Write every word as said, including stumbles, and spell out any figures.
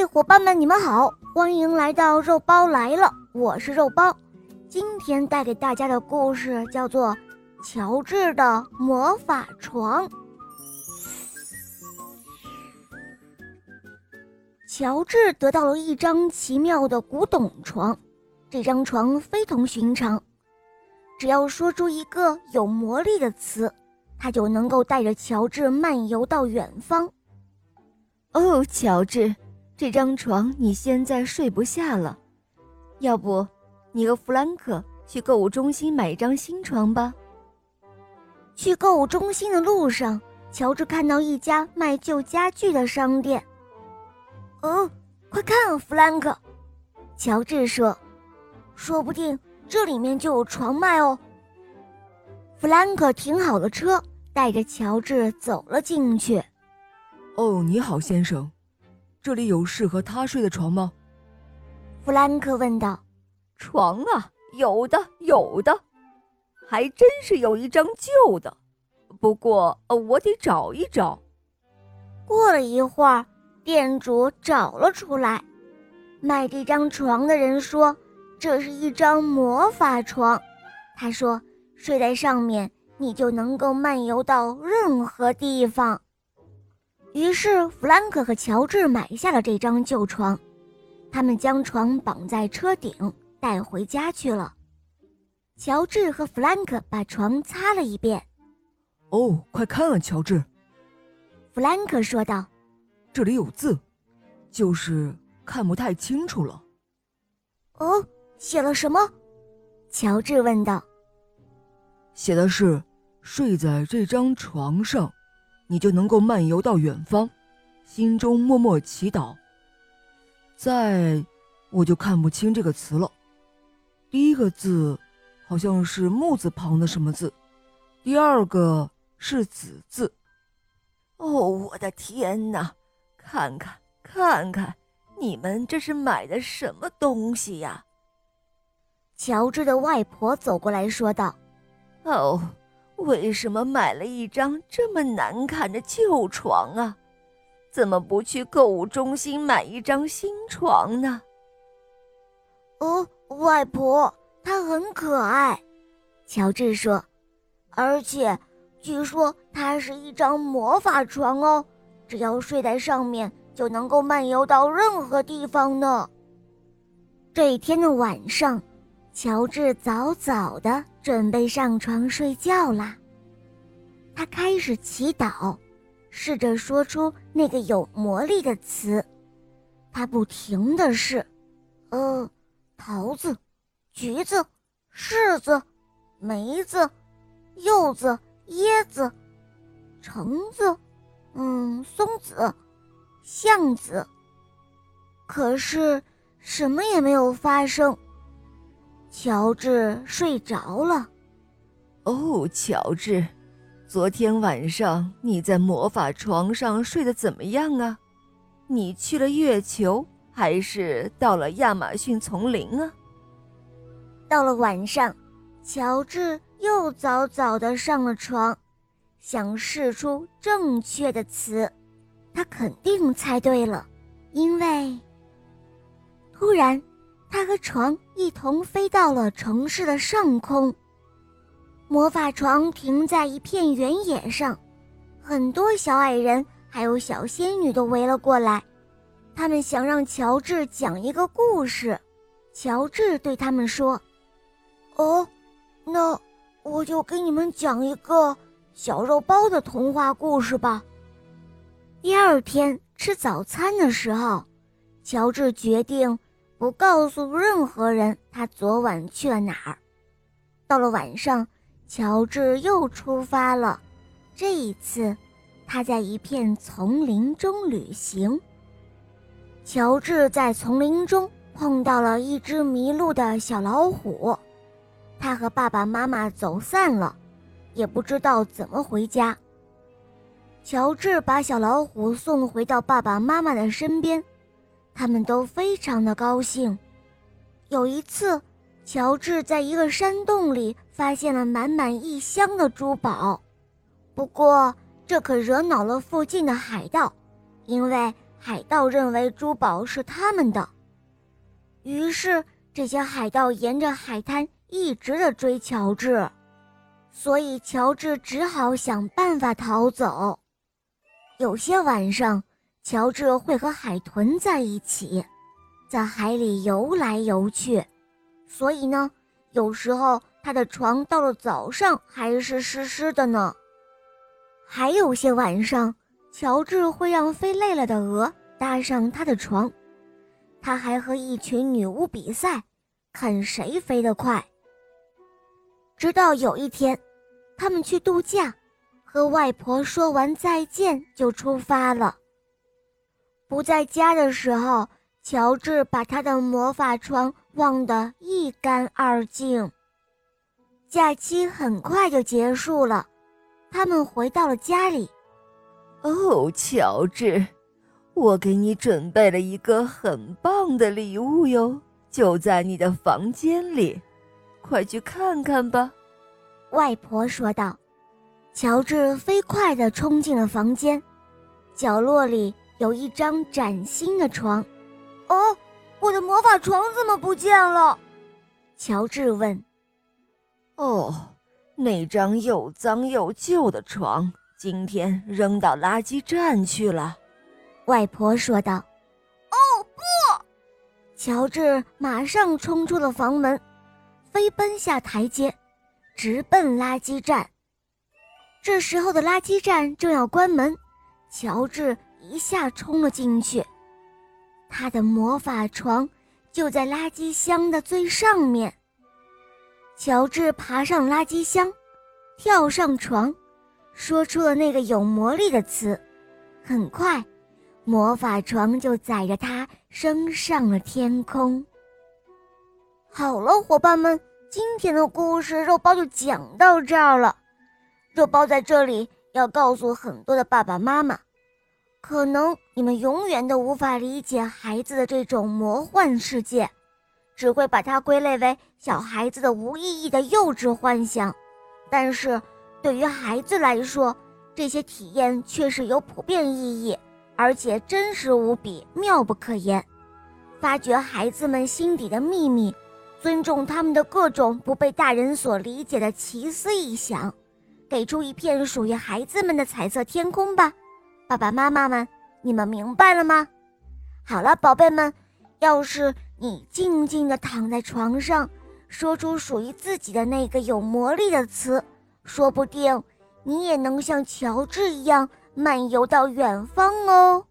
嘿，伙伴们，你们好，欢迎来到肉包来了，我是肉包。今天带给大家的故事叫做《乔治的魔法床》。乔治得到了一张奇妙的古董床，这张床非同寻常，只要说出一个有魔力的词，他就能够带着乔治漫游到远方。 哦，乔治，这张床你现在睡不下了，要不你和弗兰克去购物中心买一张新床吧。 去购物中心的路上，乔治看到一家卖旧家具的商店。哦，快看啊，弗兰克，乔治说，说不定这里面就有床卖哦。弗兰克停好了车，带着乔治走了进去。 哦，你好，先生，这里有适合他睡的床吗？ 弗兰克问道。 床啊，有的有的，还真是有一张旧的，不过呃，我得找一找。 过了一会儿，店主找了出来，卖这张床的人说，这是一张魔法床。他说，睡在上面，你就能够漫游到任何地方。于是弗兰克和乔治买下了这张旧床，他们将床绑在车顶带回家去了。乔治和弗兰克把床擦了一遍。 哦，快看啊，乔治， 弗兰克说道， 这里有字，就是看不太清楚了。 哦，写了什么？乔治问道。 写的是，睡在这张床上，你就能够漫游到远方，心中默默祈祷。再我就看不清这个词了，第一个字好像是木字旁的什么字，第二个是子字。 哦，我的天哪，看看看看，你们这是买的什么东西呀？ 乔治的外婆走过来说道。 哦，为什么买了一张这么难看的旧床啊？怎么不去购物中心买一张新床呢？ 哦，外婆，它很可爱，乔治说，而且据说它是一张魔法床哦，只要睡在上面就能够漫游到任何地方呢。这一天的晚上，乔治早早地准备上床睡觉啦。他开始祈祷，试着说出那个有魔力的词。他不停地试，呃，桃子、橘子、柿子、梅子、柚子、椰子、橙子，嗯，松子、橡子。可是什么也没有发生。乔治睡着了。 哦，乔治，昨天晚上你在魔法床上睡得怎么样啊？你去了月球，还是到了亚马逊丛林啊？ 到了晚上，乔治又早早地上了床，想试出正确的词。他肯定猜对了，因为突然他和床一同飞到了城市的上空。魔法床停在一片原野上，很多小矮人还有小仙女都围了过来，他们想让乔治讲一个故事。乔治对他们说，哦，那我就给你们讲一个小肉包的童话故事吧。第二天吃早餐的时候，乔治决定不告诉任何人他昨晚去了哪儿。到了晚上，乔治又出发了，这一次他在一片丛林中旅行。乔治在丛林中碰到了一只迷路的小老虎，他和爸爸妈妈走散了，也不知道怎么回家。乔治把小老虎送回到爸爸妈妈的身边，他们都非常的高兴。有一次，乔治在一个山洞里发现了满满一箱的珠宝，不过这可惹恼了附近的海盗，因为海盗认为珠宝是他们的。于是这些海盗沿着海滩一直的追乔治，所以乔治只好想办法逃走。有些晚上，乔治会和海豚在一起，在海里游来游去，所以呢，有时候他的床到了早上还是湿湿的呢。还有些晚上，乔治会让飞累了的鹅搭上他的床，他还和一群女巫比赛，看谁飞得快。直到有一天，他们去度假，和外婆说完再见就出发了。不在家的时候，乔治把他的魔法床忘得一干二净。假期很快就结束了，他们回到了家里。 哦，乔治，我给你准备了一个很棒的礼物哟，就在你的房间里，快去看看吧。 外婆说道。乔治飞快地冲进了房间，角落里有一张崭新的床。哦，我的魔法床怎么不见了？乔治问。 哦，那张又脏又旧的床今天扔到垃圾站去了， 外婆说道。哦，不！乔治马上冲出了房门，飞奔下台阶，直奔垃圾站。这时候的垃圾站正要关门，乔治一下冲了进去。他的魔法床就在垃圾箱的最上面。乔治爬上垃圾箱，跳上床，说出了那个有魔力的词。很快，魔法床就载着他升上了天空。好了，伙伴们，今天的故事肉包就讲到这儿了。肉包在这里要告诉很多的爸爸妈妈，可能你们永远都无法理解孩子的这种魔幻世界，只会把它归类为小孩子的无意义的幼稚幻想。但是对于孩子来说，这些体验却是有普遍意义，而且真实无比，妙不可言。发掘孩子们心底的秘密，尊重他们的各种不被大人所理解的奇思异想，给出一片属于孩子们的彩色天空吧。爸爸妈妈们，你们明白了吗？好了，宝贝们，要是你静静地躺在床上，说出属于自己的那个有魔力的词，说不定你也能像乔治一样漫游到远方哦。